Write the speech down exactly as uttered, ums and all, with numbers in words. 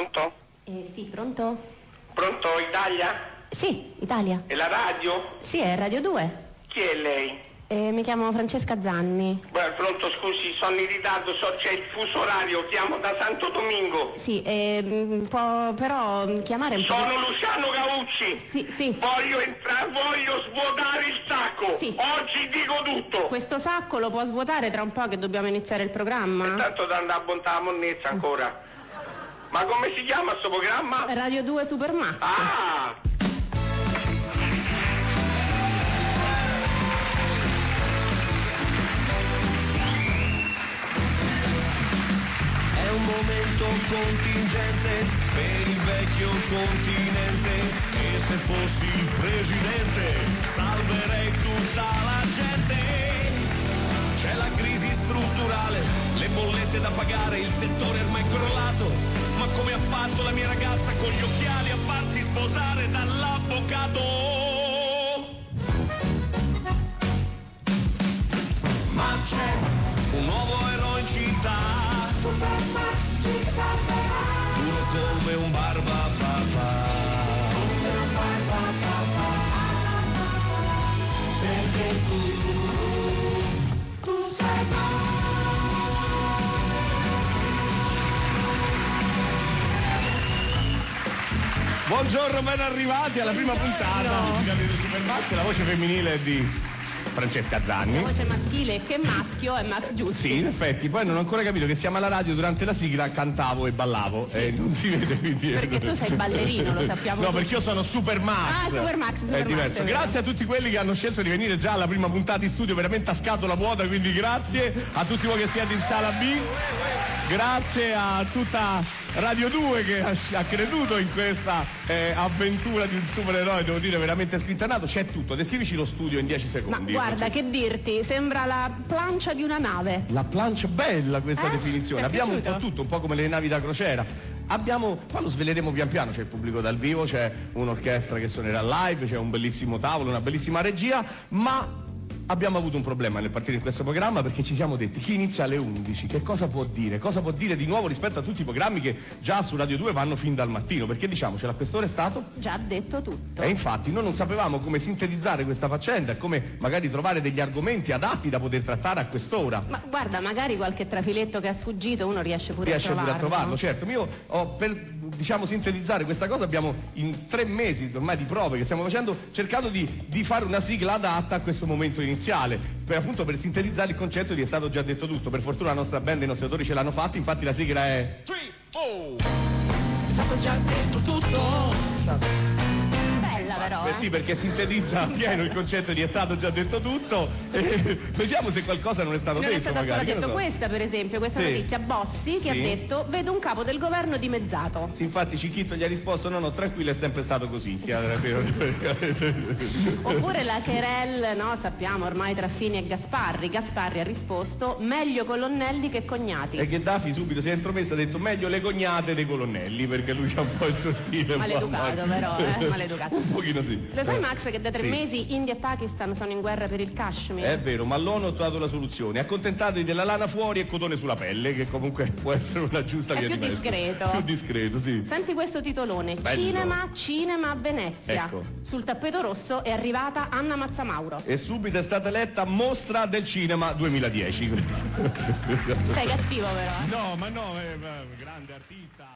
Pronto? Eh, sì, pronto? Pronto, Italia? Sì, Italia. È la radio? Sì, è Radio due. Chi è lei? Eh, mi chiamo Francesca Zanni. Beh, pronto, scusi, sono in ritardo, so c'è il fuso orario, chiamo da Santo Domingo. Sì, eh, può però chiamare un po'. Sono Luciano Cavucci. Sì, sì. Voglio entrare, voglio svuotare il sacco. Sì. Oggi dico tutto. Questo sacco lo può svuotare tra un po' che dobbiamo iniziare il programma? Intanto da andare a bontà la monnezza ancora. Ma come si chiama sto programma? Radio due Supermax. Ah! È un momento contingente per il vecchio continente e se fossi presidente salverei tutta la gente. C'è la crisi strutturale, le bollette da pagare, il settore ormai crollato, ma come ha fatto la mia ragazza con gli occhiali a farsi sposare dall'avvocato? Ma c'è un nuovo eroe in città, Supermax ci salverà, duro come un barbapapà, come un barbapapà, perché tu, tu sei bravo. Buongiorno, ben arrivati alla prima puntata di Radio Supermax, la voce femminile è di Francesca Zanni. La voce maschile che maschio è Max Giusti. Sì, in effetti, poi non ho ancora capito che siamo alla radio, durante la sigla cantavo e ballavo e eh, non si vede quindi. Perché tu sei ballerino, lo sappiamo. No, tutti. perché io sono Supermax. Ah, Supermax, Supermax. È diverso. È Grazie a tutti quelli che hanno scelto di venire già alla prima puntata in studio, veramente a scatola vuota, quindi grazie a tutti voi che siete in sala B. Grazie a tutta Radio due che ha, ha creduto in questa eh, avventura di un supereroe, devo dire veramente squinternato. C'è tutto, descrivici lo studio in dieci Ma secondi. guarda, che dirti, sembra la plancia di una nave. La plancia, bella questa Eh? definizione. Ti è Abbiamo un po' piaciuto? tutto, un po' come le navi da crociera. Abbiamo, poi lo sveleremo pian piano, c'è il pubblico dal vivo, c'è un'orchestra che suonerà live, c'è un bellissimo tavolo, una bellissima regia, ma abbiamo avuto un problema nel partire in questo programma perché ci siamo detti chi inizia alle undici, che cosa può dire? Cosa può dire di nuovo rispetto a tutti i programmi che già su Radio due vanno fin dal mattino? Perché diciamocela, quest'ora è stato? Già detto tutto. E infatti noi non sapevamo come sintetizzare questa faccenda e come magari trovare degli argomenti adatti da poter trattare a quest'ora. Ma guarda, magari qualche trafiletto che è sfuggito uno riesce pure Riesce a trovarlo. pure a trovarlo, certo. Io ho, per diciamo sintetizzare questa cosa abbiamo in tre mesi ormai di prove che stiamo facendo cercato di, di fare una sigla adatta a questo momento iniziale, per appunto per sintetizzare il concetto di è stato già detto tutto. Per fortuna la nostra band e i nostri autori ce l'hanno fatto, infatti la sigla è tre, oh. È stato già detto tutto. Bella però, Beh, eh. sì, perché sintetizza pieno il concetto di è stato già detto tutto e vediamo se qualcosa non è stato Non detto è stato magari. ancora che detto ne so. questa, per esempio, questa Sì. notizia Bossi che Sì. ha detto vedo un capo del governo dimezzato. Sì, infatti Cicchitto gli ha risposto no no tranquillo, è sempre stato così. Oppure la Querel, no, sappiamo ormai tra Fini e Gasparri. Gasparri ha risposto meglio colonnelli che cognati. E Gheddafi subito si è intromesso e ha detto meglio le cognate dei colonnelli, perché lui c'ha un po' il suo stile. Maleducato però, eh, maleducato. Un pochino sì. Lo sai Eh, Max che da tre sì. mesi India e Pakistan sono in guerra per il Kashmir? È vero, ma l'ONU ha trovato la soluzione. Accontentatevi della lana fuori e cotone sulla pelle, che comunque può essere una giusta È via più di mezzo. discreto. Più discreto, sì. Senti questo titolone, Bello. Cinema, cinema a Venezia. Ecco. Sul tappeto rosso è arrivata Anna Mazzamauro. E subito è stata eletta Mostra del Cinema duemiladieci. Sei cattivo però, eh. No, ma no, è grande artista.